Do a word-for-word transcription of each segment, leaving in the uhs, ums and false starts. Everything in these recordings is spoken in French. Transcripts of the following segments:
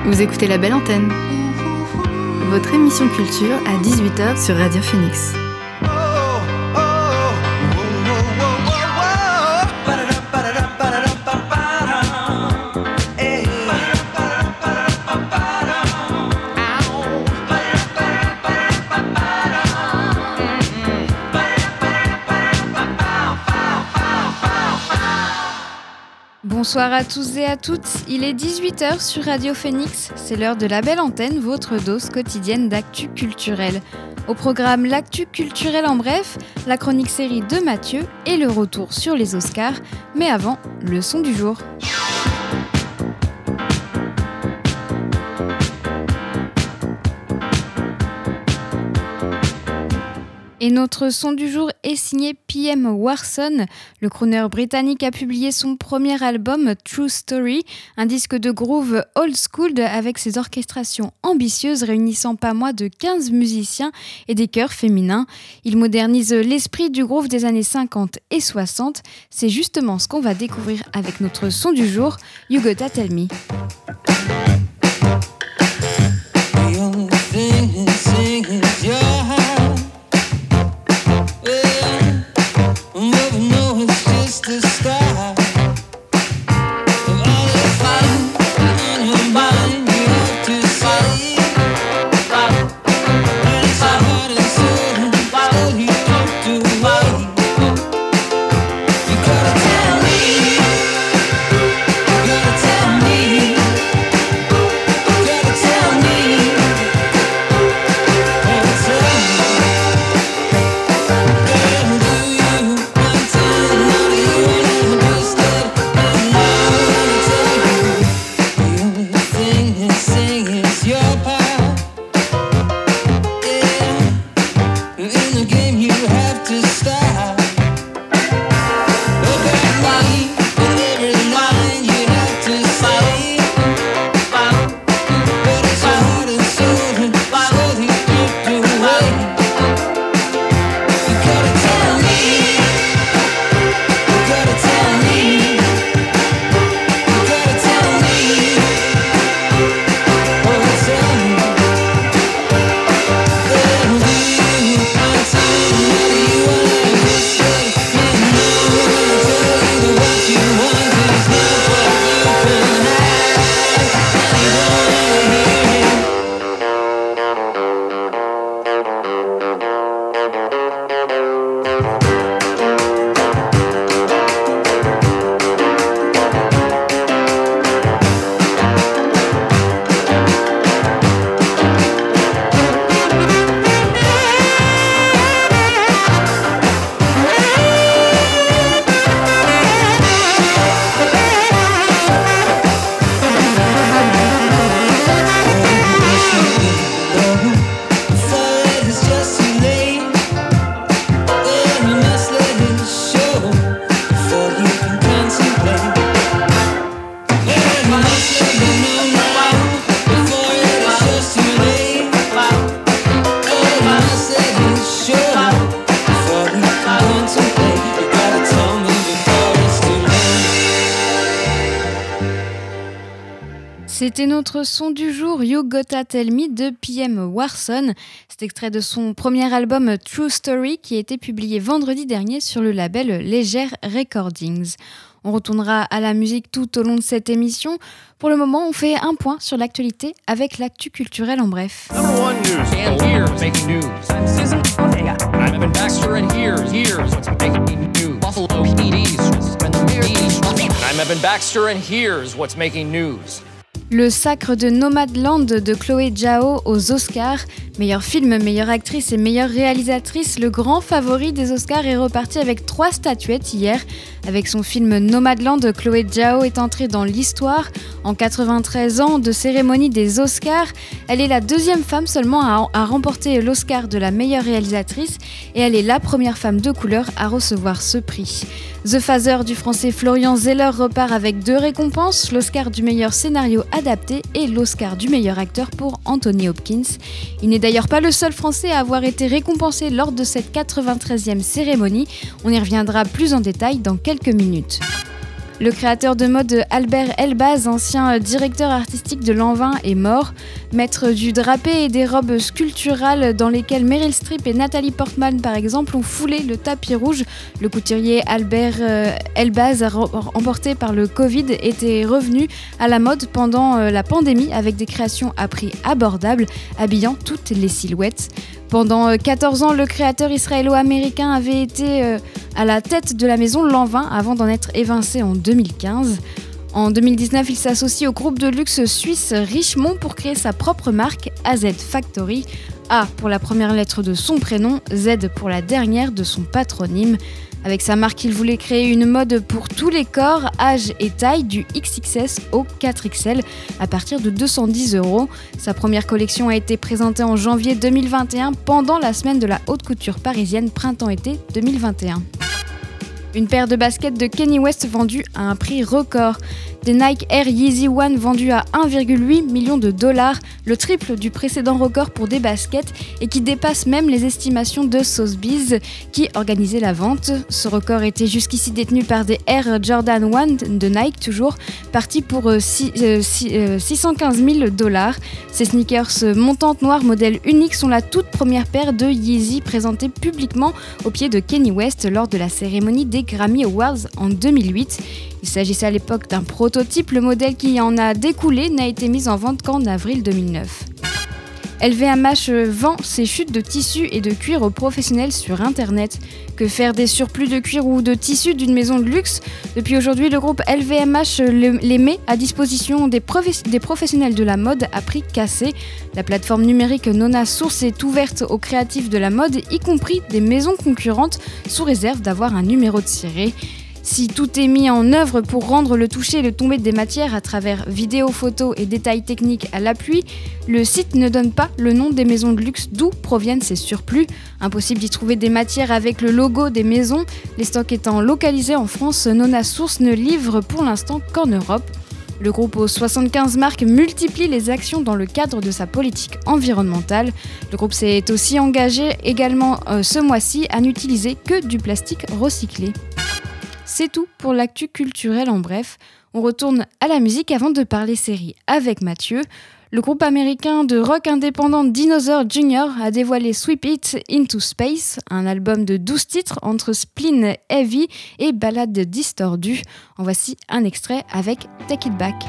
Vous écoutez La Belle Antenne, votre émission culture à dix-huit heures sur Radio Phoenix. Bonsoir à tous et à toutes, il est dix-huit heures sur Radio Phoenix, c'est l'heure de La Belle Antenne, votre dose quotidienne d'actu culturelle. Au programme l'actu culturelle en bref, la chronique série de Mathieu et le retour sur les Oscars, mais avant, le son du jour. Et notre son du jour est signé P M Warson. Le crooner britannique a publié son premier album True Story, un disque de groove old school avec ses orchestrations ambitieuses réunissant pas moins de quinze musiciens et des chœurs féminins. Il modernise l'esprit du groove des années cinquante et soixante. C'est justement ce qu'on va découvrir avec notre son du jour, You Gotta Tell Me. The start of all this fighting on your mind, you have to say, and it's so hard and soon, so you don't do away. You gotta tell me, you gotta tell me, you gotta tell me, gotta tell me, girl, do you want to know you? C'était notre son du jour, You Gotta Tell Me de P M Warson. C'est extrait de son premier album True Story qui a été publié vendredi dernier sur le label Légère Recordings. On retournera à la musique tout au long de cette émission. Pour le moment, on fait un point sur l'actualité avec l'actu culturelle en bref. Number one news. And here's making news. I'm Susan Ortega. I'm Evan Baxter, and here's here's what's making news. Buffalo P D's. I'm Evan Baxter, and here's what's making news. Le sacre de Nomadland de Chloé Zhao aux Oscars. Meilleur film, meilleure actrice et meilleure réalisatrice, le grand favori des Oscars est reparti avec trois statuettes hier. Avec son film Nomadland, Chloé Zhao est entrée dans l'histoire. En quatre-vingt-treize ans de cérémonie des Oscars, elle est la deuxième femme seulement à, à remporter l'Oscar de la meilleure réalisatrice et elle est la première femme de couleur à recevoir ce prix. The Father du français Florian Zeller repart avec deux récompenses, l'Oscar du meilleur scénario adapté et l'Oscar du meilleur acteur pour Anthony Hopkins. Il n'est d'ailleurs pas le seul français à avoir été récompensé lors de cette quatre-vingt-treizième cérémonie. On y reviendra plus en détail dans quelques minutes. Le créateur de mode Albert Elbaz, ancien directeur artistique de Lanvin, est mort. Maître du drapé et des robes sculpturales dans lesquelles Meryl Streep et Nathalie Portman, par exemple, ont foulé le tapis rouge, le couturier Albert euh, Elbaz, emporté par le Covid, était revenu à la mode pendant euh, la pandémie avec des créations à prix abordable, habillant toutes les silhouettes. Pendant quatorze ans, le créateur israélo-américain avait été euh, à la tête de la maison Lanvin avant d'en être évincé en deux mille quinze. En deux mille dix-neuf, il s'associe au groupe de luxe suisse Richemont pour créer sa propre marque A Z Factory. A pour la première lettre de son prénom, Z pour la dernière de son patronyme. Avec sa marque, il voulait créer une mode pour tous les corps, âges et tailles, du X X S au quatre X L, à partir de deux cent dix euros. Sa première collection a été présentée en janvier deux mille vingt et un, pendant la semaine de la haute couture parisienne printemps-été deux mille vingt et un. Une paire de baskets de Kanye West vendue à un prix record. Des Nike Air Yeezy One vendus à un virgule huit million de dollars, le triple du précédent record pour des baskets et qui dépasse même les estimations de Sotheby's qui organisait la vente. Ce record était jusqu'ici détenu par des Air Jordan un de Nike, toujours partis pour six cent quinze mille dollars. Ces sneakers montantes noires modèle unique sont la toute première paire de Yeezy présentée publiquement au pied de Kanye West lors de la cérémonie des Grammy Awards en deux mille huit. Il s'agissait à l'époque d'un prototype, le modèle qui en a découlé n'a été mis en vente qu'en avril deux mille neuf. L V M H vend ses chutes de tissu et de cuir aux professionnels sur Internet. Que faire des surplus de cuir ou de tissu d'une maison de luxe ? Depuis aujourd'hui, le groupe L V M H les met à disposition des, prof- des professionnels de la mode à prix cassé. La plateforme numérique Nona Source est ouverte aux créatifs de la mode, y compris des maisons concurrentes, sous réserve d'avoir un numéro de ciré. Si tout est mis en œuvre pour rendre le toucher et le tombé des matières à travers vidéos, photos et détails techniques à l'appui, le site ne donne pas le nom des maisons de luxe d'où proviennent ces surplus. Impossible d'y trouver des matières avec le logo des maisons. Les stocks étant localisés en France, Nona Source ne livre pour l'instant qu'en Europe. Le groupe aux soixante-quinze marques multiplie les actions dans le cadre de sa politique environnementale. Le groupe s'est aussi engagé également euh, ce mois-ci à n'utiliser que du plastique recyclé. C'est tout pour l'actu culturelle en bref. On retourne à la musique avant de parler série avec Mathieu. Le groupe américain de rock indépendant Dinosaur Junior a dévoilé Sweep It Into Space, un album de douze titres entre spleen heavy et ballades distordues. En voici un extrait avec Take It Back.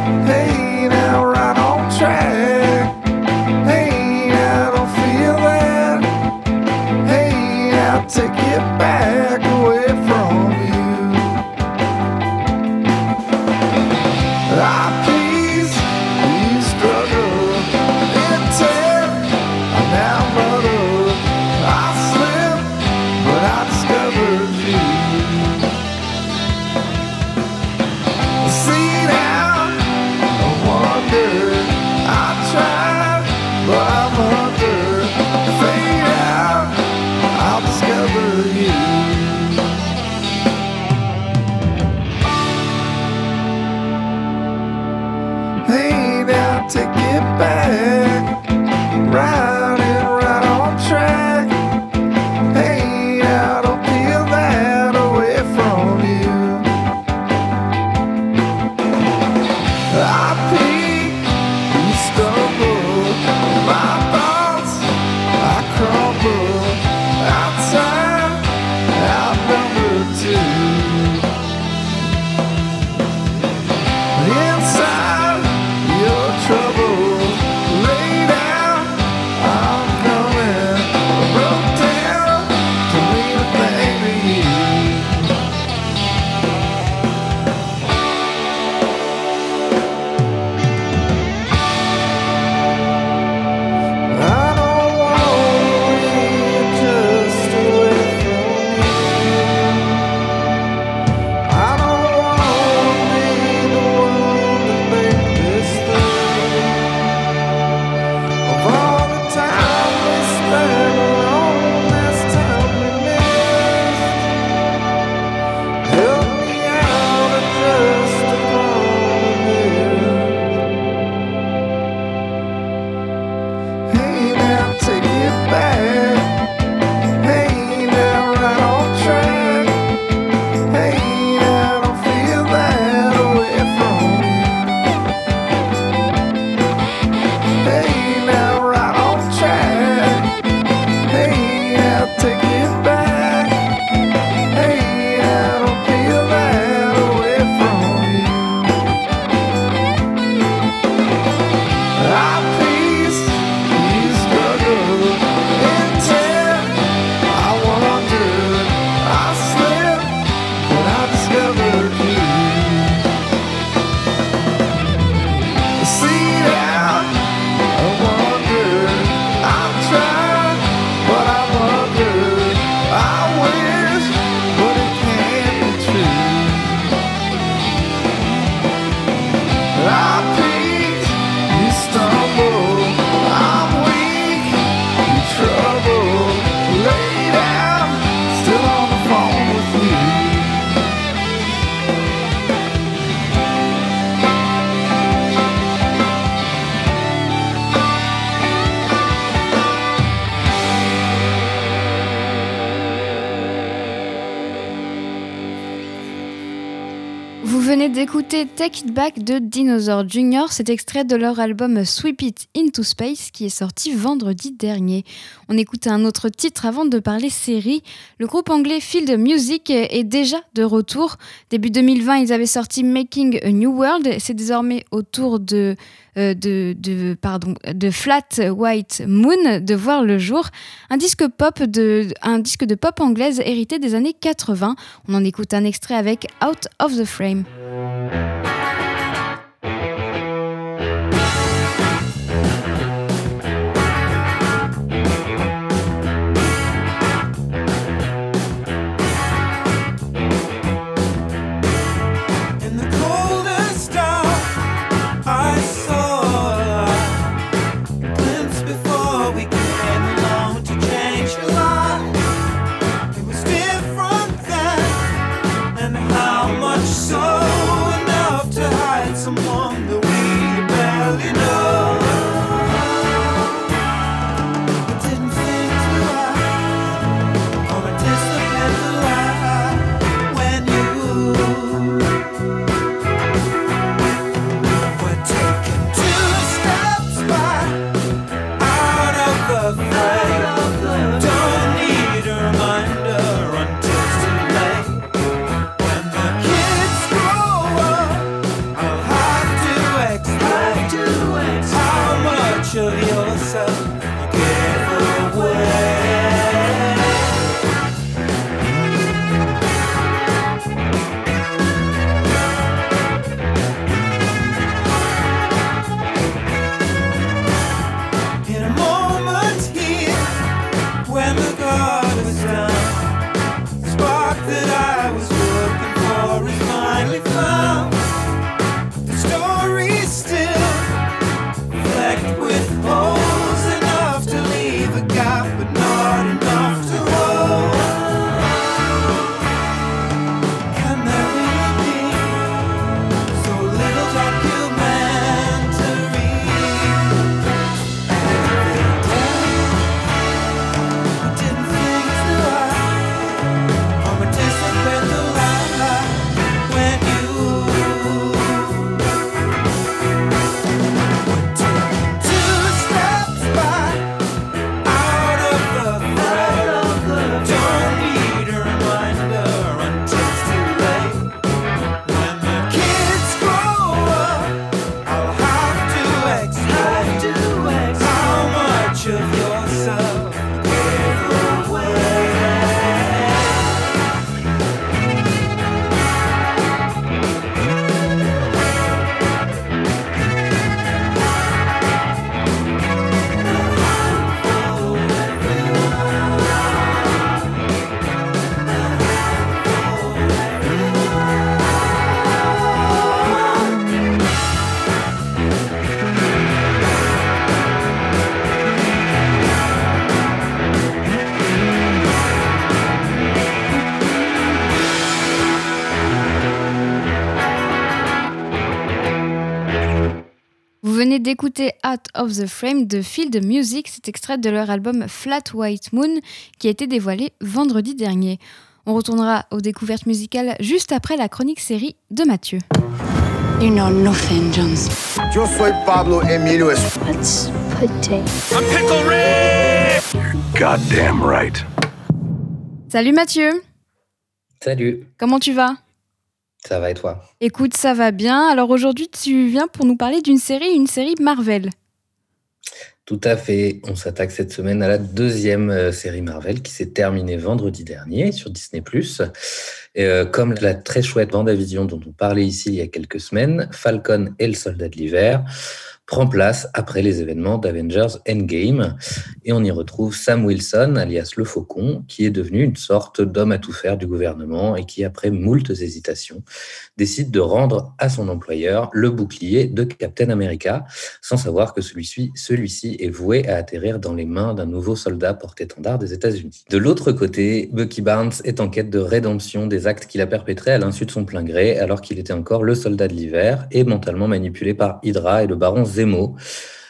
Hey, now right on track. Hey, I don't feel that. venez d'écouter Take It Back de Dinosaur Junior, cet extrait de leur album Sweep It Into Space qui est sorti vendredi dernier. On écoute un autre titre avant de parler série. Le groupe anglais Field Music est déjà de retour. Début deux mille vingt, ils avaient sorti Making a New World. C'est désormais au tour de, euh, de, de, pardon, de Flat White Moon de voir le jour. Un disque pop de, un disque de pop anglaise hérité des années quatre-vingts. On en écoute un extrait avec Out of the Frame. D'écouter Out of the Frame de Field Music, cet extrait de leur album Flat White Moon qui a été dévoilé vendredi dernier. On retournera aux découvertes musicales juste après la chronique série de Mathieu. You know nothing, Jones. Yo soy Pablo Emilio Es... Let's potato. I'm Pickle Rick! You're goddamn right. Salut Mathieu. Salut. Comment tu vas ? Ça va et toi ? Écoute, ça va bien. Alors aujourd'hui, tu viens pour nous parler d'une série, une série Marvel. Tout à fait. On s'attaque cette semaine à la deuxième euh, série Marvel qui s'est terminée vendredi dernier sur Disney plus. Et, euh, comme la très chouette WandaVision dont on parlait ici il y a quelques semaines, Falcon et le Soldat de l'Hiver prend place après les événements d'Avengers Endgame. Et on y retrouve Sam Wilson, alias le Faucon, qui est devenu une sorte d'homme à tout faire du gouvernement et qui, après moultes hésitations, décide de rendre à son employeur le bouclier de Captain America, sans savoir que celui-ci, celui-ci est voué à atterrir dans les mains d'un nouveau soldat porte-étendard des États-Unis. De l'autre côté, Bucky Barnes est en quête de rédemption des actes qu'il a perpétrés à l'insu de son plein gré, alors qu'il était encore le Soldat de l'Hiver et mentalement manipulé par Hydra et le baron Zemo.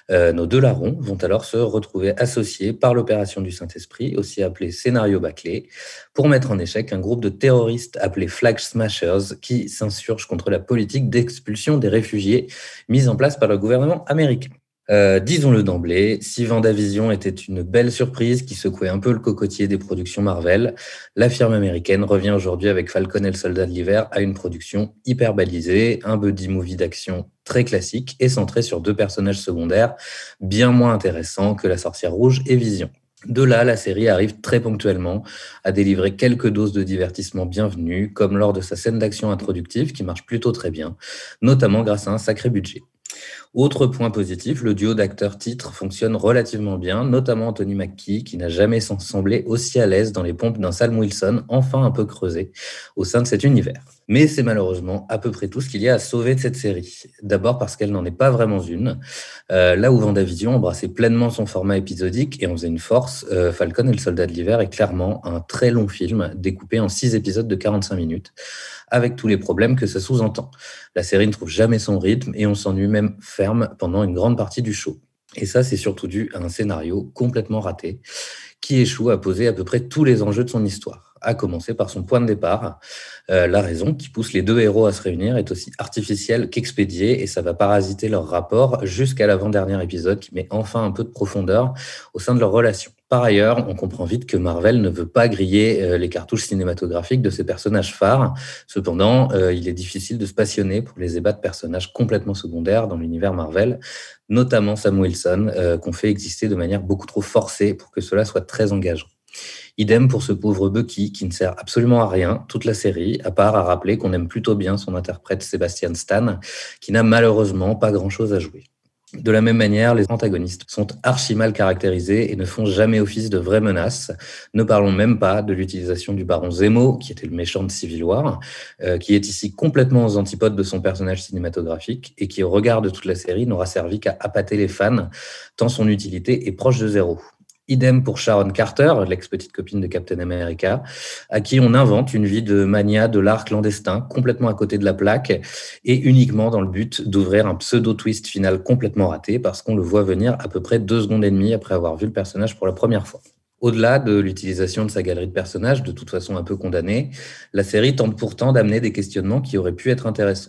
Euh, nos deux larrons vont alors se retrouver associés par l'opération du Saint-Esprit, aussi appelée scénario bâclé, pour mettre en échec un groupe de terroristes appelés Flag Smashers qui s'insurgent contre la politique d'expulsion des réfugiés mise en place par le gouvernement américain. Euh, disons-le d'emblée, si Vendavision était une belle surprise qui secouait un peu le cocotier des productions Marvel, la firme américaine revient aujourd'hui avec Falcon et le Soldat de l'Hiver à une production hyper balisée, un buddy movie d'action très classique et centré sur deux personnages secondaires, bien moins intéressants que la Sorcière Rouge et Vision. De là, la série arrive très ponctuellement à délivrer quelques doses de divertissement bienvenues, comme lors de sa scène d'action introductive qui marche plutôt très bien, notamment grâce à un sacré budget. Autre point positif, le duo d'acteurs-titres fonctionne relativement bien, notamment Anthony Mackie, qui n'a jamais semblé aussi à l'aise dans les pompes d'un Sam Wilson, enfin un peu creusé, au sein de cet univers. Mais c'est malheureusement à peu près tout ce qu'il y a à sauver de cette série. D'abord parce qu'elle n'en est pas vraiment une. Euh, là où Vendavision embrassait pleinement son format épisodique et en faisait une force, euh, Falcon et le Soldat de l'Hiver est clairement un très long film découpé en six épisodes de quarante-cinq minutes, avec tous les problèmes que ça sous-entend. La série ne trouve jamais son rythme et on s'ennuie même ferme pendant une grande partie du show. Et ça, c'est surtout dû à un scénario complètement raté qui échoue à poser à peu près tous les enjeux de son histoire, à commencer par son point de départ. Euh, la raison qui pousse les deux héros à se réunir est aussi artificielle qu'expédiée et ça va parasiter leur rapport jusqu'à l'avant-dernier épisode qui met enfin un peu de profondeur au sein de leur relation. Par ailleurs, on comprend vite que Marvel ne veut pas griller euh, les cartouches cinématographiques de ses personnages phares. Cependant, euh, il est difficile de se passionner pour les ébats de personnages complètement secondaires dans l'univers Marvel, notamment Sam Wilson, euh, qu'on fait exister de manière beaucoup trop forcée pour que cela soit très engageant. Idem pour ce pauvre Bucky qui ne sert absolument à rien toute la série, à part à rappeler qu'on aime plutôt bien son interprète Sebastian Stan, qui n'a malheureusement pas grand-chose à jouer. De la même manière, les antagonistes sont archi mal caractérisés et ne font jamais office de vraies menaces. Ne parlons même pas de l'utilisation du baron Zemo, qui était le méchant de Civil War, euh, qui est ici complètement aux antipodes de son personnage cinématographique et qui, au regard de toute la série, n'aura servi qu'à appâter les fans, tant son utilité est proche de zéro. Idem pour Sharon Carter, l'ex-petite copine de Captain America, à qui on invente une vie de mania de l'art clandestin, complètement à côté de la plaque, et uniquement dans le but d'ouvrir un pseudo-twist final complètement raté, parce qu'on le voit venir à peu près deux secondes et demie après avoir vu le personnage pour la première fois. Au-delà de l'utilisation de sa galerie de personnages, de toute façon un peu condamnés, la série tente pourtant d'amener des questionnements qui auraient pu être intéressants.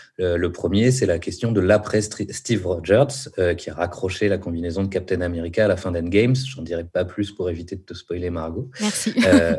Le premier, c'est la question de l'après Steve Rogers, euh, qui a raccroché la combinaison de Captain America à la fin d'Endgame. J'en dirai pas plus pour éviter de te spoiler, Margot. Merci. Euh,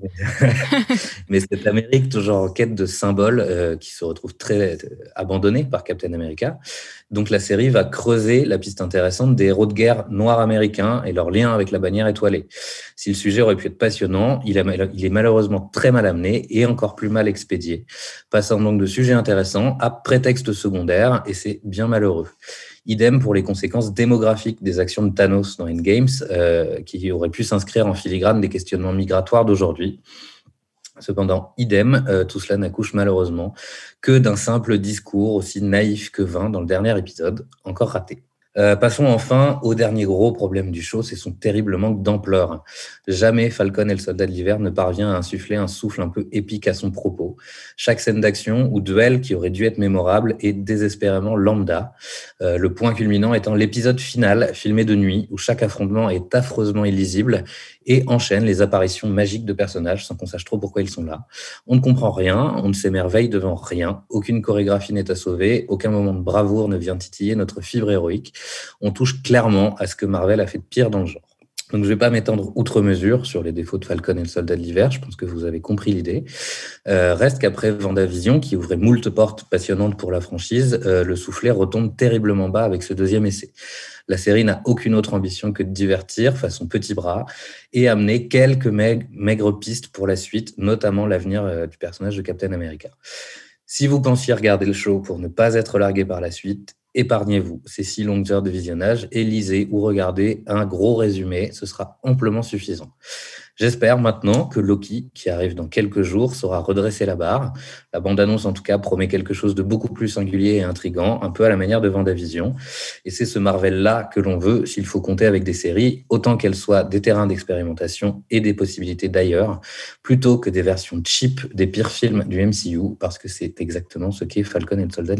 mais cette Amérique toujours en quête de symboles euh, qui se retrouve très abandonnée par Captain America. Donc la série va creuser la piste intéressante des héros de guerre noirs américains et leur lien avec la bannière étoilée. Si le sujet aurait pu être passionnant, il, a, il est malheureusement très mal amené et encore plus mal expédié, passant donc de sujets intéressants à prétexte secondaire, et c'est bien malheureux. Idem pour les conséquences démographiques des actions de Thanos dans Endgame, euh, qui auraient pu s'inscrire en filigrane des questionnements migratoires d'aujourd'hui. Cependant, idem, euh, tout cela n'accouche malheureusement que d'un simple discours aussi naïf que vain dans le dernier épisode, encore raté. Euh, passons enfin au dernier gros problème du show, c'est son terrible manque d'ampleur. Jamais Falcon et le Soldat de l'Hiver ne parvient à insuffler un souffle un peu épique à son propos. Chaque scène d'action ou duel qui aurait dû être mémorable est désespérément lambda. Euh, le point culminant étant l'épisode final, filmé de nuit, où chaque affrontement est affreusement illisible et enchaîne les apparitions magiques de personnages sans qu'on sache trop pourquoi ils sont là. On ne comprend rien, on ne s'émerveille devant rien, aucune chorégraphie n'est à sauver, aucun moment de bravoure ne vient titiller notre fibre héroïque. On touche clairement à ce que Marvel a fait de pire dans le genre. Donc, je ne vais pas m'étendre outre mesure sur les défauts de Falcon et le Soldat de l'Hiver. Je pense que vous avez compris l'idée. Euh, reste qu'après Vendavision, qui ouvrait moult portes passionnantes pour la franchise, euh, le soufflet retombe terriblement bas avec ce deuxième essai. La série n'a aucune autre ambition que de divertir façon petit bras et amener quelques maigres, maigres pistes pour la suite, notamment l'avenir euh, du personnage de Captain America. Si vous pensiez regarder le show pour ne pas être largué par la suite, épargnez-vous ces six longues heures de visionnage et lisez ou regardez un gros résumé, ce sera amplement suffisant. J'espère maintenant que Loki, qui arrive dans quelques jours, saura redresser la barre. La bande-annonce, en tout cas, promet quelque chose de beaucoup plus singulier et intriguant, un peu à la manière de Vendavision. Et c'est ce Marvel-là que l'on veut, s'il faut compter avec des séries, autant qu'elles soient des terrains d'expérimentation et des possibilités d'ailleurs, plutôt que des versions cheap des pires films du M C U, parce que c'est exactement ce qu'est Falcon et le Soldat de l'Hiver.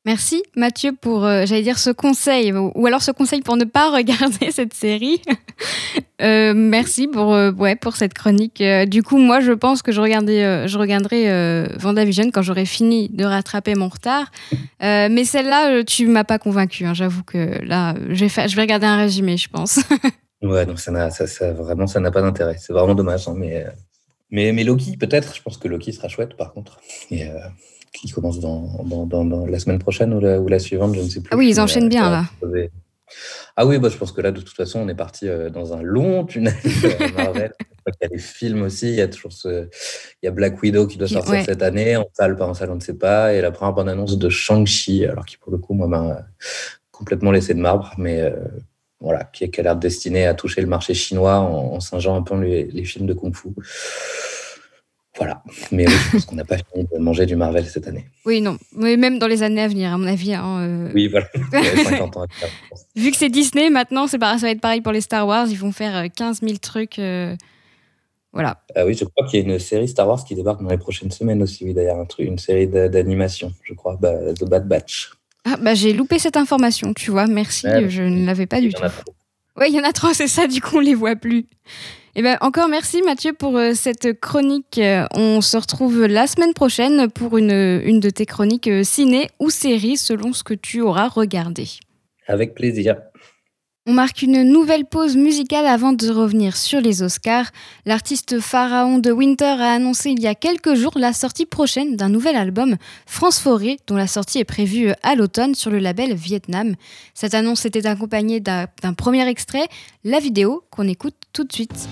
Merci Mathieu pour, euh, j'allais dire, ce conseil, ou, ou alors ce conseil pour ne pas regarder cette série. euh, merci pour, euh, ouais, pour cette chronique. Euh, du coup, moi, je pense que je, regardais, euh, je regarderai euh, WandaVision quand j'aurai fini de rattraper mon retard. Euh, mais celle-là, tu m'as pas convaincue. Hein. J'avoue que là, je vais, faire, je vais regarder un résumé, je pense. Ouais, donc ça n'a, ça, ça, vraiment, ça n'a pas d'intérêt. C'est vraiment dommage. Hein, mais, mais, mais Loki, peut-être. Je pense que Loki sera chouette, par contre. Et, euh... qui commence dans, dans, dans, dans la semaine prochaine ou la, ou la suivante, je ne sais plus. Ah oui, ils enchaînent bien, là. Poser... Ah oui, bah, je pense que là, de toute façon, on est parti dans un long tunnel Marvel. Il y a les films aussi, il y a toujours ce... il y a Black Widow qui doit sortir ouais. cette année, en salle, pas en salle, on ne sait pas, et la première bande-annonce de Shang-Chi, alors qui, pour le coup, moi, m'a complètement laissé de marbre, mais euh, voilà, qui a l'air destiné à toucher le marché chinois en, en singeant un peu les, les films de Kung Fu. Voilà, mais oui, je pense qu'on n'a pas fini de manger du Marvel cette année. Oui, non, mais même dans les années à venir, à mon avis. Hein, euh... Oui, voilà, cinquante ans à faire, je pense. Vu que c'est Disney, maintenant, c'est pas... ça va être pareil pour les Star Wars, ils vont faire quinze mille trucs, euh... voilà. Ah oui, je crois qu'il y a une série Star Wars qui débarque dans les prochaines semaines aussi, oui, d'ailleurs, un truc, une série d'animation, je crois, bah, The Bad Batch. Ah, bah j'ai loupé cette information, tu vois, merci, ouais, je ne l'avais pas du tout. Oui, il y en a trop, c'est ça, du coup, on les voit plus. Eh ben, encore merci Mathieu pour euh, cette chronique. Euh, on se retrouve la semaine prochaine pour une, une de tes chroniques euh, ciné ou série selon ce que tu auras regardé. Avec plaisir. On marque une nouvelle pause musicale avant de revenir sur les Oscars. L'artiste Pharaon de Winter a annoncé il y a quelques jours la sortie prochaine d'un nouvel album, France Forêt, dont la sortie est prévue à l'automne sur le label Vietnam. Cette annonce était accompagnée d'un, d'un premier extrait, la vidéo qu'on écoute tout de suite.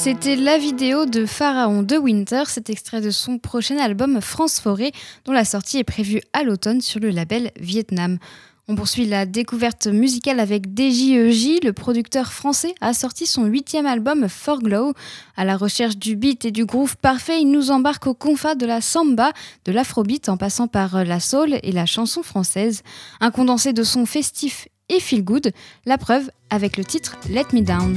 C'était la vidéo de Pharaon de Winter, cet extrait de son prochain album France Forêt, dont la sortie est prévue à l'automne sur le label Vietnam. On poursuit la découverte musicale avec D J E J. Le producteur français a sorti son huitième album For Glow. À la recherche du beat et du groove parfait, il nous embarque au compas de la samba, de l'afrobeat en passant par la soul et la chanson française. Un condensé de sons festifs et feel good, la preuve avec le titre Let Me Down.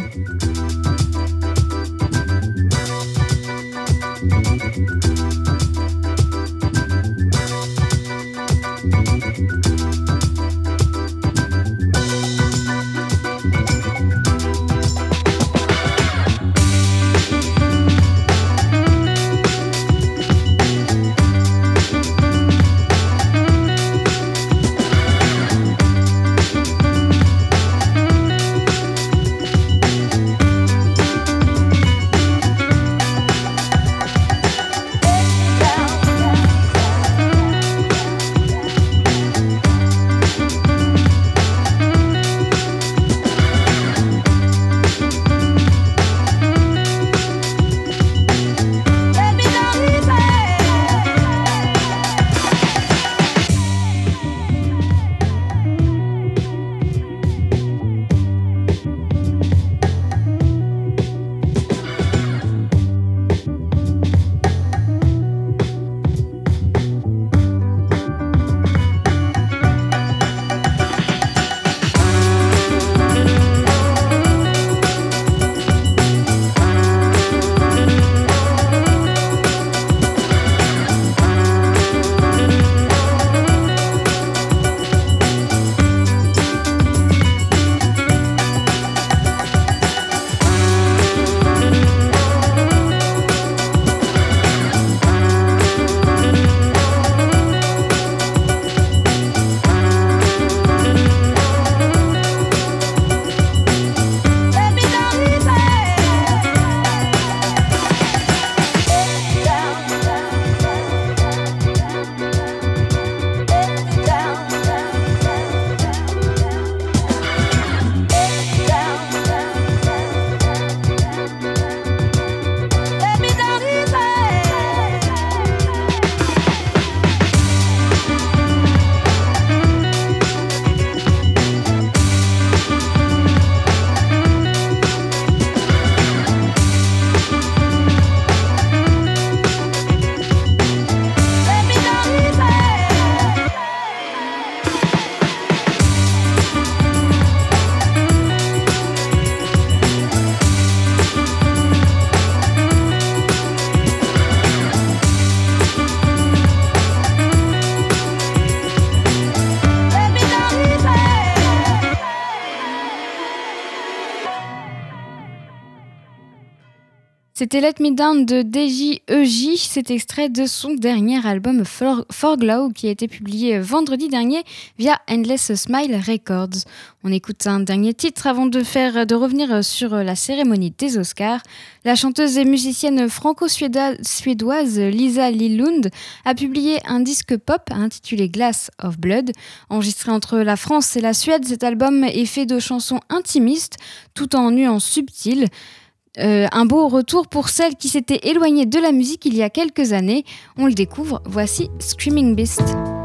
C'était Let Me Down de D J E J, cet extrait de son dernier album For, For Glow qui a été publié vendredi dernier via Endless Smile Records. On écoute un dernier titre avant de, faire, de revenir sur la cérémonie des Oscars. La chanteuse et musicienne franco-suédoise Lisa Lillund a publié un disque pop intitulé Glass of Blood. Enregistré entre la France et la Suède, cet album est fait de chansons intimistes tout en nuances subtiles. Euh, un beau retour pour celle qui s'était éloignée de la musique il y a quelques années. On le découvre, voici Screaming Beast.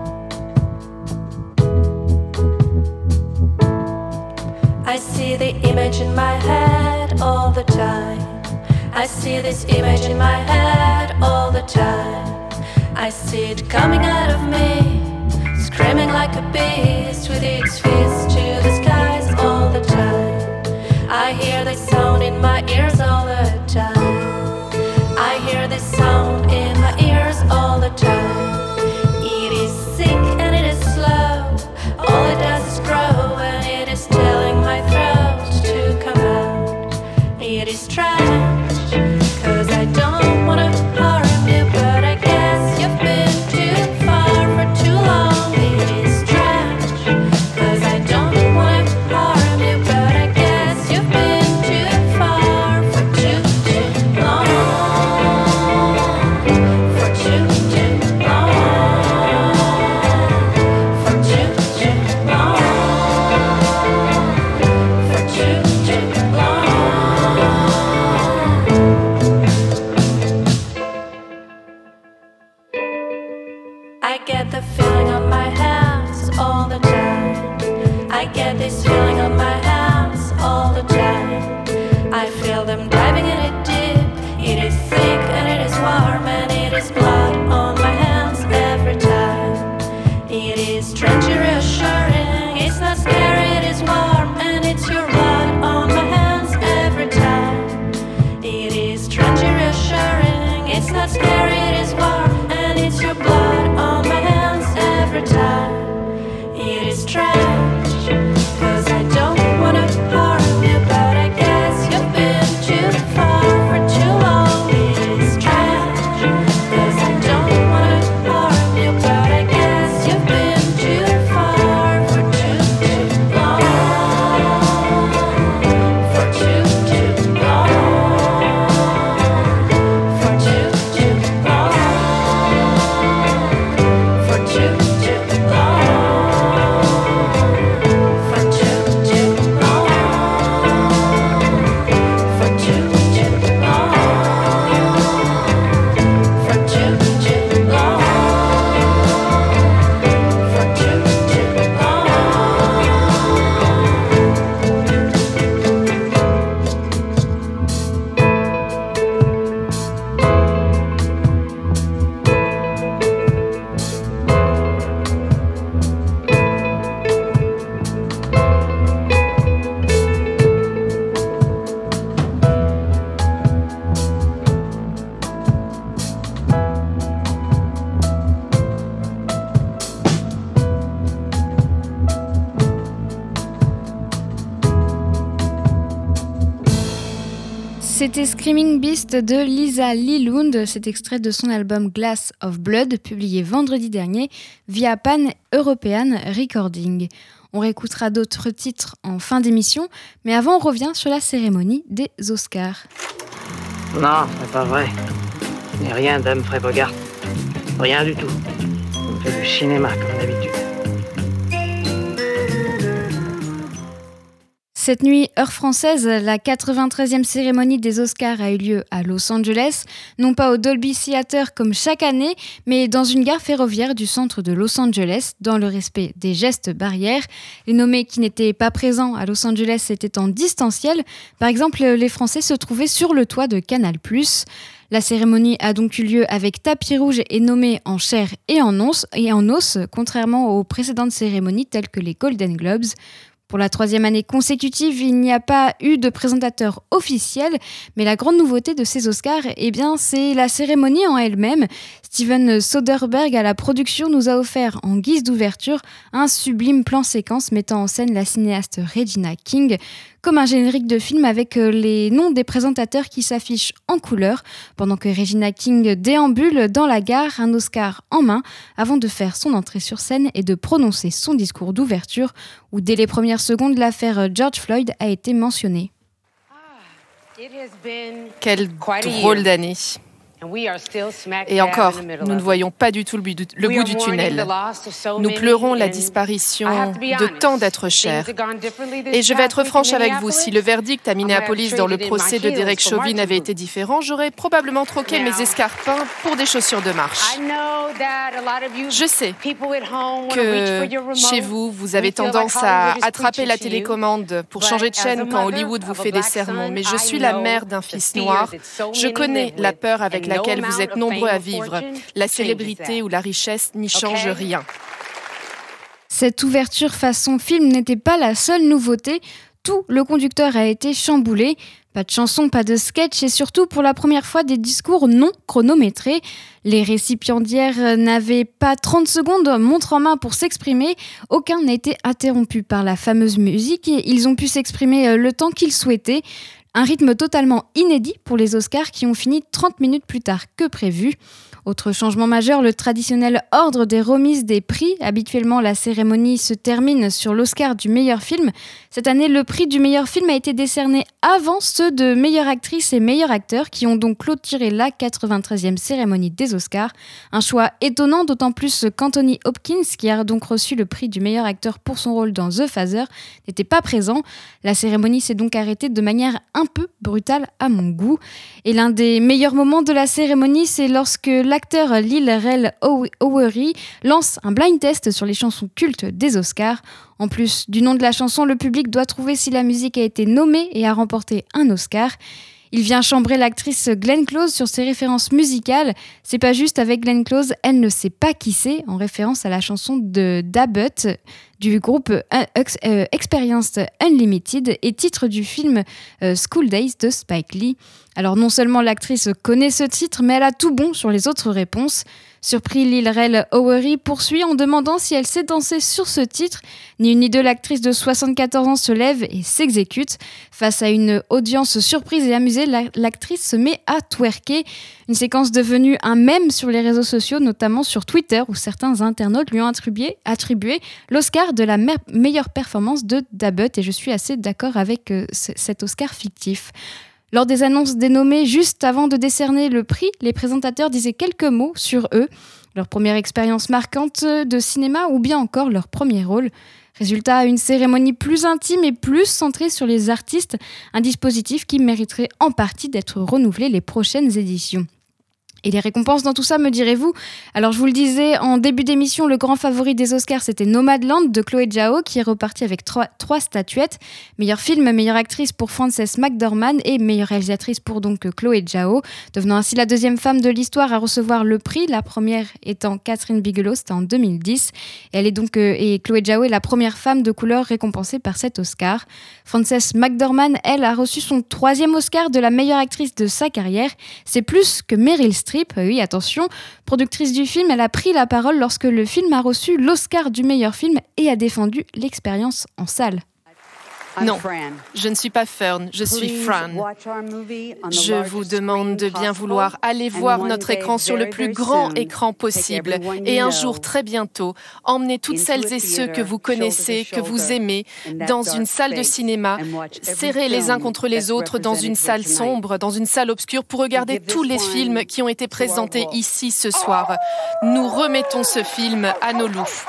I see the image in my head all the time. I see this image in my head all the time. I see it coming out of me, screaming like a beast with its fist to the skies all the time. I hear this sound in my ears all the time. I hear this sound in my ears all the time. It is sick and it is slow. All it does is grow and it is telling my throat to come out. It is strange, cause I don't wanna harm you, but I guess you've been too far for too long. It is strange, cause I don't wanna harm you, but I guess you've been too far for too, too long. For too, too long. I get this feeling on my hands all the time. I feel them diving in it deep. It is thick and it is warm and it is blood on my hands every time. It is strangely reassuring. It's not scary, it is warm and it's your blood on my hands every time. It is strangely reassuring. It's not scary, it is warm and it's your blood on my hands every time. It is strange, cause I don't wanna harm you, but I guess you've been too far for too long. It is strange, cause I don't wanna harm you, but I guess you've been too far for too, too long. For too, too long. For too, too long. For too, too long. For too, too long. For too, too long. For too, too long. For too, too long. C'était Screaming Beast de Lisa Lee Lund, cet extrait de son album Glass of Blood, publié vendredi dernier via Pan European Recording. On réécoutera d'autres titres en fin d'émission, mais avant on revient sur la cérémonie des Oscars. Non, c'est pas vrai. Ce n'est rien d'Humphrey Bogart. Rien du tout. On fait du cinéma comme d'habitude. Cette nuit, heure française, la quatre-vingt-treizième cérémonie des Oscars a eu lieu à Los Angeles, non pas au Dolby Theatre comme chaque année, mais dans une gare ferroviaire du centre de Los Angeles, dans le respect des gestes barrières. Les nommés qui n'étaient pas présents à Los Angeles étaient en distanciel. Par exemple, les Français se trouvaient sur le toit de Canal plus. La cérémonie a donc eu lieu avec tapis rouge et nommés en chair et en os, et en os, contrairement aux précédentes cérémonies telles que les Golden Globes. Pour la troisième année consécutive, il n'y a pas eu de présentateur officiel, mais la grande nouveauté de ces Oscars, eh bien, c'est la cérémonie en elle-même. Steven Soderbergh à la production nous a offert en guise d'ouverture un sublime plan séquence mettant en scène la cinéaste Regina King, comme un générique de film avec les noms des présentateurs qui s'affichent en couleur, pendant que Regina King déambule dans la gare, un Oscar en main, avant de faire son entrée sur scène et de prononcer son discours d'ouverture, où dès les premières secondes, l'affaire George Floyd a été mentionnée. Quelle drôle d'année. Et encore, nous ne voyons pas du tout le, but, le bout du tunnel. Nous pleurons la disparition de tant d'êtres chers. Et je vais être franche avec vous, si le verdict à Minneapolis dans le procès de Derek Chauvin avait été différent, j'aurais probablement troqué mes escarpins pour des chaussures de marche. Je sais que chez vous, vous avez tendance à attraper la télécommande pour changer de chaîne quand Hollywood vous fait des sermons, mais je suis la mère d'un fils noir. Je connais la peur avec laquelle vous êtes nombreux à vivre. La célébrité ou la richesse n'y change rien. Cette ouverture façon film n'était pas la seule nouveauté. Tout le conducteur a été chamboulé. Pas de chansons, pas de sketch et surtout pour la première fois des discours non chronométrés. Les récipiendaires n'avaient pas trente secondes montre en main pour s'exprimer. Aucun n'a été interrompu par la fameuse musique et ils ont pu s'exprimer le temps qu'ils souhaitaient. Un rythme totalement inédit pour les Oscars qui ont fini trente minutes plus tard que prévu. Autre changement majeur, le traditionnel ordre des remises des prix. Habituellement, la cérémonie se termine sur l'Oscar du meilleur film. Cette année, le prix du meilleur film a été décerné avant ceux de meilleure actrice et meilleur acteur qui ont donc clôturé la quatre-vingt-treizième cérémonie des Oscars. Un choix étonnant, d'autant plus qu'Anthony Hopkins, qui a donc reçu le prix du meilleur acteur pour son rôle dans The Father, n'était pas présent. La cérémonie s'est donc arrêtée de manière un peu brutale à mon goût. Et l'un des meilleurs moments de la cérémonie, c'est lorsque la l'acteur Lil Rel Howery lance un blind test sur les chansons cultes des Oscars. En plus du nom de la chanson, le public doit trouver si la musique a été nommée et a remporté un Oscar. Il vient chambrer l'actrice Glenn Close sur ses références musicales. C'est pas juste, avec Glenn Close, elle ne sait pas qui c'est, en référence à la chanson de Da Butt du groupe euh, Experienced Unlimited et titre du film euh, School Days de Spike Lee. Alors non seulement l'actrice connaît ce titre, mais elle a tout bon sur les autres réponses. Surpris, Lil Rel Howery poursuit en demandant si elle sait danser sur ce titre. Ni une ni deux, l'actrice de soixante-quatorze ans se lève et s'exécute. Face à une audience surprise et amusée, l'actrice se met à twerker. Une séquence devenue un mème sur les réseaux sociaux, notamment sur Twitter, où certains internautes lui ont attribué, attribué l'Oscar de la me- meilleure performance de Da Butt. Et je suis assez d'accord avec euh, c- cet Oscar fictif. Lors des annonces dénommées, juste avant de décerner le prix, les présentateurs disaient quelques mots sur eux, leur première expérience marquante de cinéma ou bien encore leur premier rôle. Résultat, une cérémonie plus intime et plus centrée sur les artistes, un dispositif qui mériterait en partie d'être renouvelé les prochaines éditions. Et les récompenses dans tout ça, me direz-vous ? Alors je vous le disais en début d'émission, le grand favori des Oscars, c'était Nomadland de Chloé Zhao, qui est reparti avec trois, trois statuettes. Meilleur film, meilleure actrice pour Frances McDormand et meilleure réalisatrice pour donc Chloé Zhao, devenant ainsi la deuxième femme de l'histoire à recevoir le prix, la première étant Catherine Bigelow, c'était en deux mille dix. Et, elle est donc, euh, et Chloé Zhao est la première femme de couleur récompensée par cet Oscar. Frances McDormand, elle, a reçu son troisième Oscar de la meilleure actrice de sa carrière. C'est plus que Meryl Streep. Oui, attention, productrice du film, elle a pris la parole lorsque le film a reçu l'Oscar du meilleur film et a défendu l'expérience en salle. Non, je ne suis pas Fern, je suis Fran. Je vous demande de bien vouloir aller voir notre écran sur le plus grand écran possible et un jour, très bientôt, emmener toutes celles et ceux que vous connaissez, que vous aimez, dans une salle de cinéma, serrés les uns contre les autres dans une salle sombre, dans une salle obscure, pour regarder tous les films qui ont été présentés ici ce soir. Nous remettons ce film à nos loups.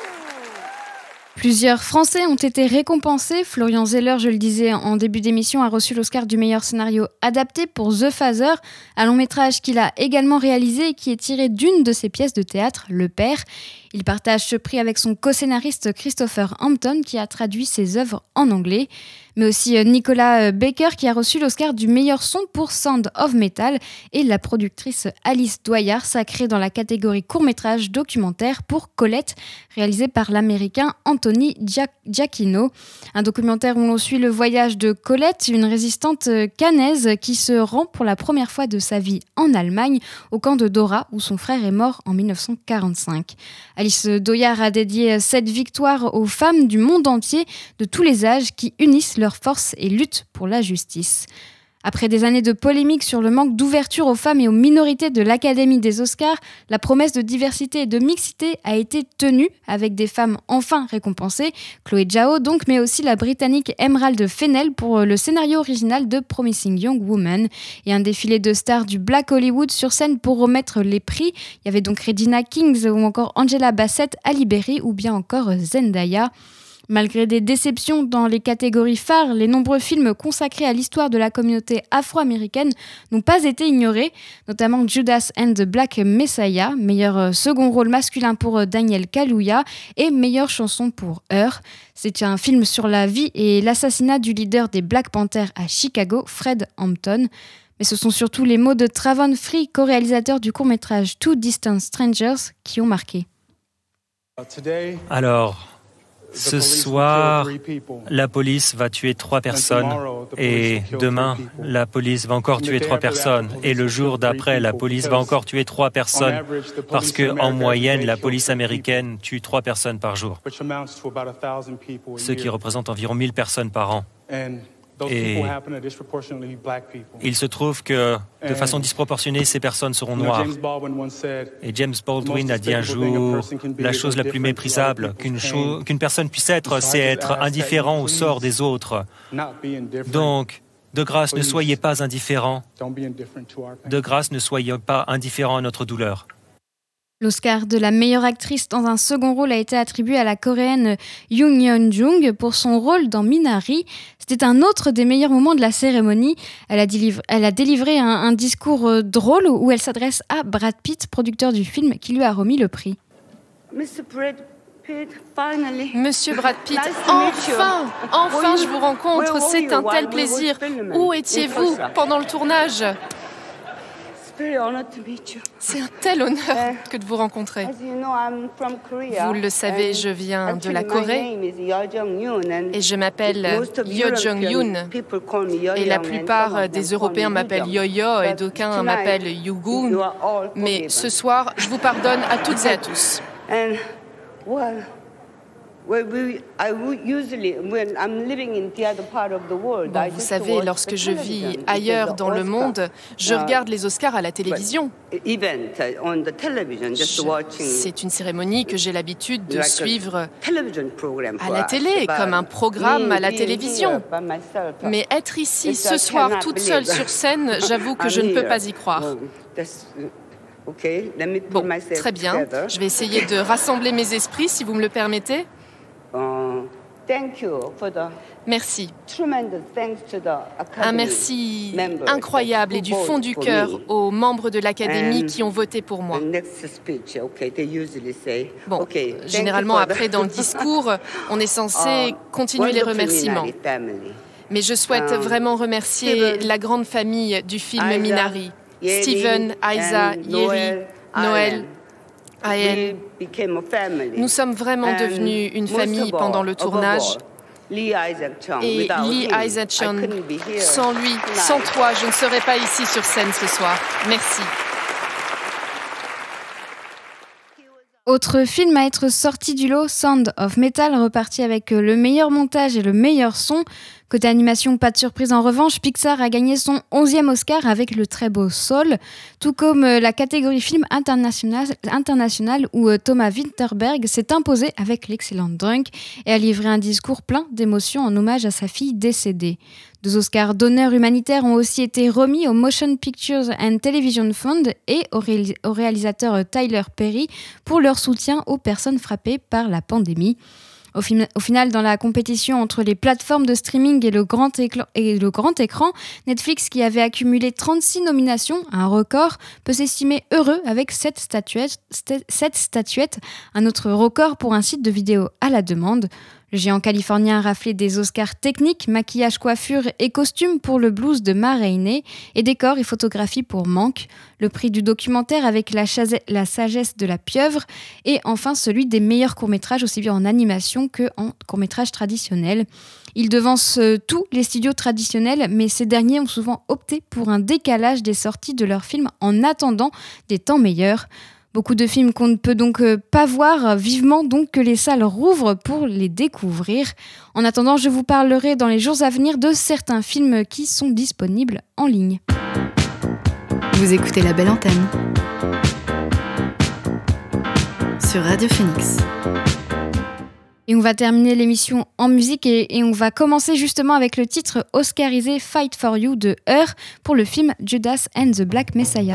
Plusieurs Français ont été récompensés. Florian Zeller, je le disais en début d'émission, a reçu l'Oscar du meilleur scénario adapté pour The Father, un long métrage qu'il a également réalisé et qui est tiré d'une de ses pièces de théâtre, Le Père. Il partage ce prix avec son co-scénariste Christopher Hampton, qui a traduit ses œuvres en anglais. Mais aussi Nicolas Baker, qui a reçu l'Oscar du meilleur son pour Sound of Metal, et la productrice Alice Doyard, sacrée dans la catégorie court-métrage documentaire pour Colette, réalisé par l'américain Anthony Giacchino. Un documentaire où l'on suit le voyage de Colette, une résistante caennaise qui se rend pour la première fois de sa vie en Allemagne, au camp de Dora, où son frère est mort en dix-neuf cent quarante-cinq. Alice Doyard a dédié cette victoire aux femmes du monde entier, de tous les âges, qui unissent leurs forces et luttent pour la justice. Après des années de polémiques sur le manque d'ouverture aux femmes et aux minorités de l'Académie des Oscars, la promesse de diversité et de mixité a été tenue, avec des femmes enfin récompensées, Chloé Zhao donc, mais aussi la Britannique Emerald Fennell pour le scénario original de Promising Young Woman, et un défilé de stars du Black Hollywood sur scène pour remettre les prix. Il y avait donc Regina King ou encore Angela Bassett, Halle Berry ou bien encore Zendaya. Malgré des déceptions dans les catégories phares, les nombreux films consacrés à l'histoire de la communauté afro-américaine n'ont pas été ignorés, notamment Judas and the Black Messiah, meilleur second rôle masculin pour Daniel Kaluuya et meilleure chanson pour Her. C'est un film sur la vie et l'assassinat du leader des Black Panthers à Chicago, Fred Hampton. Mais ce sont surtout les mots de Travon Free, co-réalisateur du court-métrage Two Distant Strangers, qui ont marqué. Alors... Ce soir, la police va tuer trois personnes et demain, la police va encore tuer trois personnes et le jour d'après, la police va encore tuer trois personnes parce que, en moyenne, la police américaine tue trois personnes par jour, ce qui représente environ mille personnes par an. Et il se trouve que, de façon disproportionnée, ces personnes seront noires. Et James Baldwin a dit un jour, la chose la plus méprisable qu'une, cho- qu'une personne puisse être, c'est être indifférent au sort des autres. Donc, de grâce, ne soyez pas indifférents. De grâce, ne soyez pas indifférents à notre douleur. L'Oscar de la meilleure actrice dans un second rôle a été attribué à la coréenne Yoon Yeon-jung pour son rôle dans Minari. C'était un autre des meilleurs moments de la cérémonie. Elle a, délivre, elle a délivré un, un discours drôle où elle s'adresse à Brad Pitt, producteur du film, qui lui a remis le prix. Monsieur Brad Pitt, finally. Monsieur Brad Pitt, enfin, enfin je vous rencontre, c'est un tel plaisir. Où étiez-vous pendant le tournage ? C'est un tel honneur que de vous rencontrer. Vous le savez, je viens de la Corée et je m'appelle Yo Jong-yoon. Et la plupart des Européens m'appellent Yo-Yo et d'aucuns m'appellent Yugun. Mais ce soir, je vous pardonne à toutes et à tous. Bon, vous savez, lorsque je vis ailleurs dans le monde, je regarde les Oscars à la télévision. C'est une cérémonie que j'ai l'habitude de suivre à la télé, comme un programme à la télévision. Mais être ici ce soir toute seule sur scène, j'avoue que je ne peux pas y croire. Bon, très bien. Je vais essayer de rassembler mes esprits, si vous me le permettez. Merci. Un merci incroyable et du fond du cœur aux membres de l'Académie qui ont voté pour moi. Bon, généralement après dans le discours, on est censé continuer les remerciements. Mais je souhaite vraiment remercier la grande famille du film Minari. Steven, Isa, Yeri, Noël, Ayen. Nous sommes vraiment devenus une famille pendant le tournage. Et Lee Isaac-chung, sans lui, sans toi, je ne serais pas ici sur scène ce soir. Merci. Autre film à être sorti du lot, Sound of Metal, reparti avec le meilleur montage et le meilleur son. Côté animation, pas de surprise en revanche, Pixar a gagné son onzième Oscar avec le très beau Soul, tout comme la catégorie film international, international où Thomas Vinterberg s'est imposé avec l'excellent Drunk et a livré un discours plein d'émotions en hommage à sa fille décédée. Deux Oscars d'honneur humanitaire ont aussi été remis au Motion Pictures and Television Fund et au, réalis- au réalisateur Tyler Perry pour leur soutien aux personnes frappées par la pandémie. Au, film, au final, dans la compétition entre les plateformes de streaming et le, grand éclan, et le grand écran, Netflix, qui avait accumulé trente-six nominations, un record, peut s'estimer heureux avec sept statuettes, sept statuettes, un autre record pour un site de vidéo à la demande. Le géant californien a raflé des Oscars techniques, maquillage, coiffure et costumes pour le blues de Ma Rainey et décor et photographie pour Manque, le prix du documentaire avec la, chase- la sagesse de la pieuvre et enfin celui des meilleurs courts-métrages aussi bien en animation que en courts-métrages traditionnels. Il devance euh, tous les studios traditionnels, mais ces derniers ont souvent opté pour un décalage des sorties de leurs films en attendant des temps meilleurs. Beaucoup de films qu'on ne peut donc euh, pas voir, vivement donc que les salles rouvrent pour les découvrir. En attendant, je vous parlerai dans les jours à venir de certains films qui sont disponibles en ligne. Vous écoutez La Belle Antenne sur Radio Phoenix. Et on va terminer l'émission en musique et, et on va commencer justement avec le titre oscarisé Fight for You de Her pour le film Judas and the Black Messiah.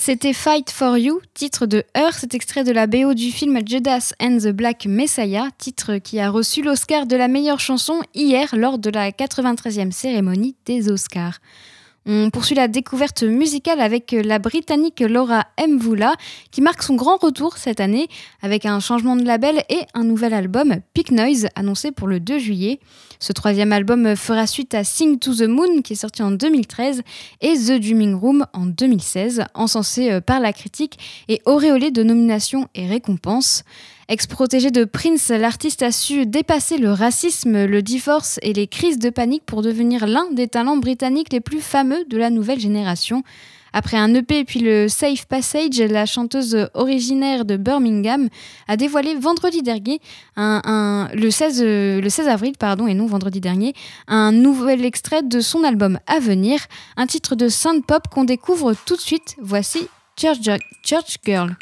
C'était Fight for You, titre de Her, cet extrait de la B O du film Judas and the Black Messiah, titre qui a reçu l'Oscar de la meilleure chanson hier lors de la quatre-vingt-treizième cérémonie des Oscars. On poursuit la découverte musicale avec la Britannique Laura Mvula qui marque son grand retour cette année avec un changement de label et un nouvel album, Peak Noise, annoncé pour le deux juillet. Ce troisième album fera suite à Sing to the Moon qui est sorti en deux mille treize et The Dreaming Room en deux mille seize, encensé par la critique et auréolé de nominations et récompenses. Ex-protégé de Prince, l'artiste a su dépasser le racisme, le divorce et les crises de panique pour devenir l'un des talents britanniques les plus fameux de la nouvelle génération. Après un E P et puis le Safe Passage, la chanteuse originaire de Birmingham a dévoilé vendredi dernier, un, un, le, seize, le seize avril pardon, et non vendredi dernier, un nouvel extrait de son album à venir, un titre de synth-pop qu'on découvre tout de suite. Voici Church, Church Girl.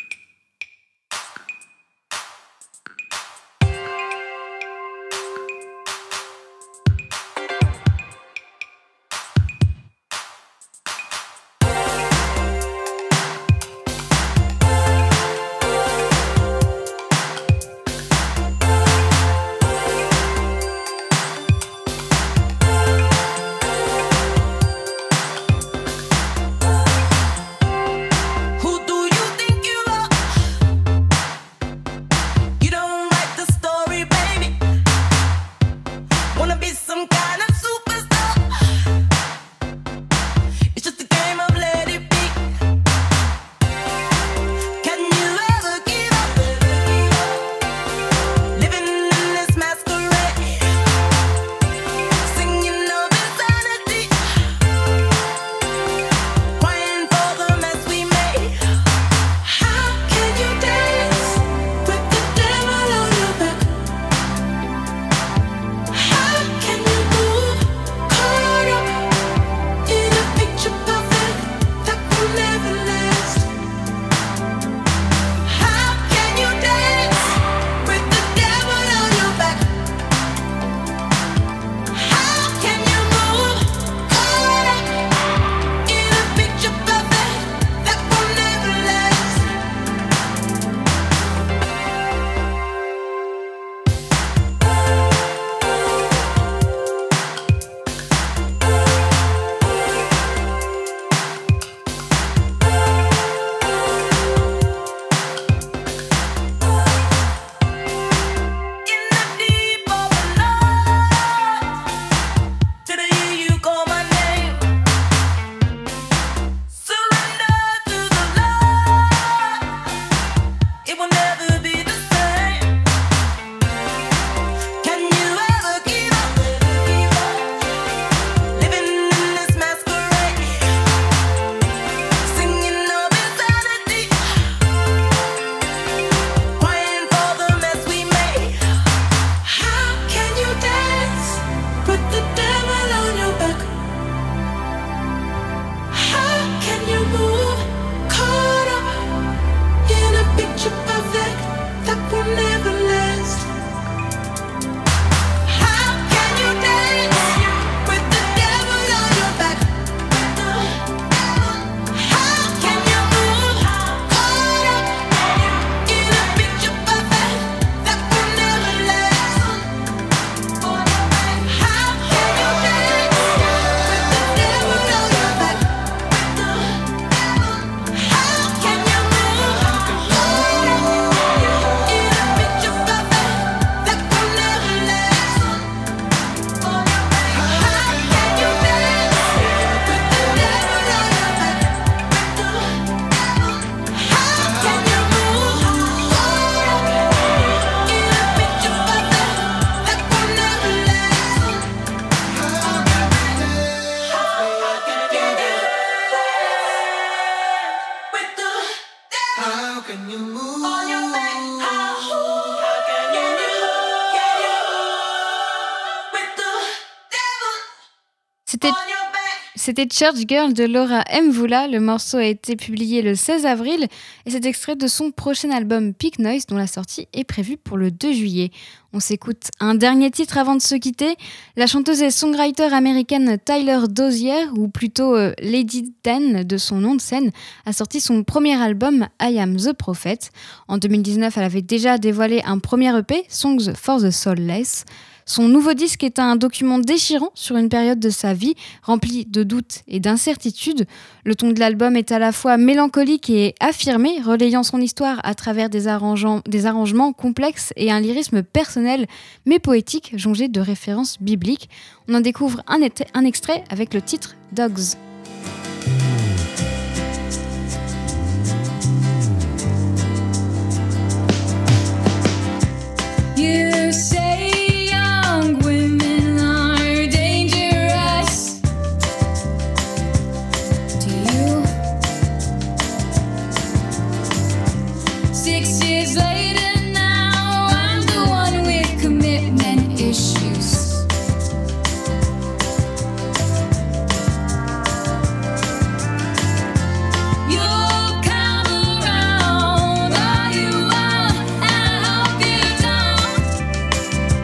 C'était Church Girl de Laura Mvula. Le morceau a été publié le seize avril et c'est extrait de son prochain album Peak Noise dont la sortie est prévue pour le deux juillet. On s'écoute un dernier titre avant de se quitter. La chanteuse et songwriter américaine Tyler Dozier, ou plutôt euh, Lady Dan de son nom de scène, a sorti son premier album I Am the Prophet. En deux mille dix-neuf, elle avait déjà dévoilé un premier E P, Songs for the Soulless. Son nouveau disque est un document déchirant sur une période de sa vie, remplie de doutes et d'incertitudes. Le ton de l'album est à la fois mélancolique et affirmé, relayant son histoire à travers des, arrangements, des arrangements complexes et un lyrisme personnel, mais poétique, jonché de références bibliques. On en découvre un, et- un extrait avec le titre « Dogs ». You say young women are dangerous to you. Six years later now, I'm the one with commitment issues. You'll come around, oh you will, and I hope you don't.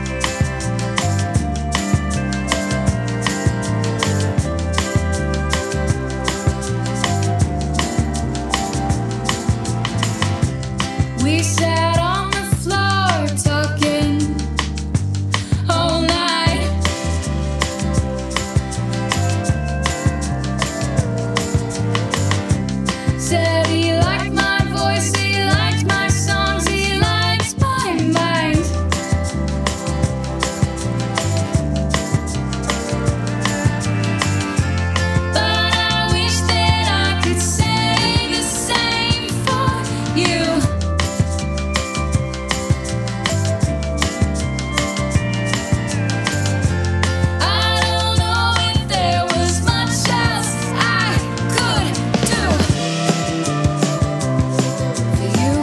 We sat on the floor talking all night. Said he liked my voice, he liked my songs, he likes my mind. But I wish that I could say the same for you. I don't know if there was much else I could do for you,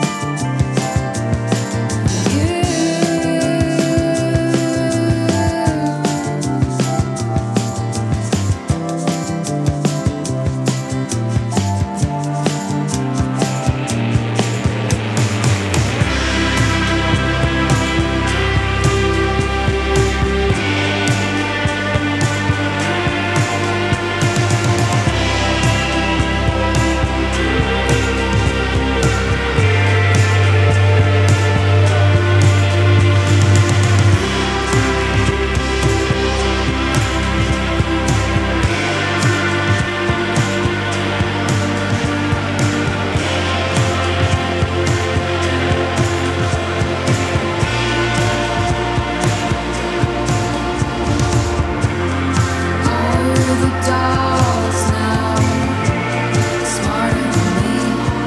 Are the dogs now smarter than me?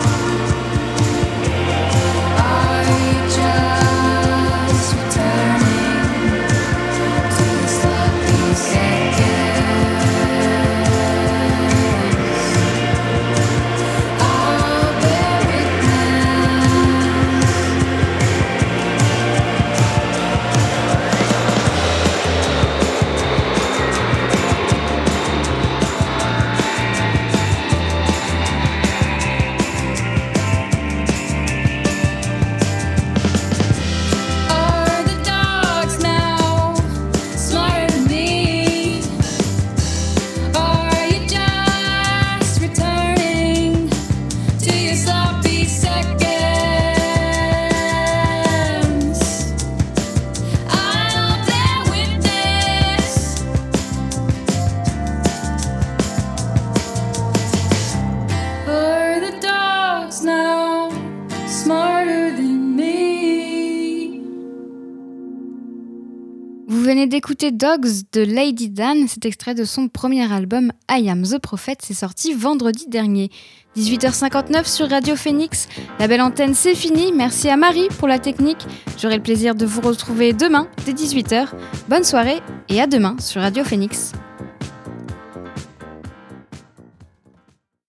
Are you just returning to the sloppy seconds? I'll bear witness. Are the dogs now smarter than me? Are you just returning to your sloppy seconds? I'll bear witness. Are the dogs now smarter than me? Vous venez d'écouter Dogs de Lady Dan, cet extrait de son premier album I Am the Prophet, c'est sorti vendredi dernier. dix-huit heures cinquante-neuf sur Radio Phoenix, la belle antenne c'est fini, merci à Marie pour la technique, j'aurai le plaisir de vous retrouver demain dès dix-huit heures. Bonne soirée et à demain sur Radio Phoenix.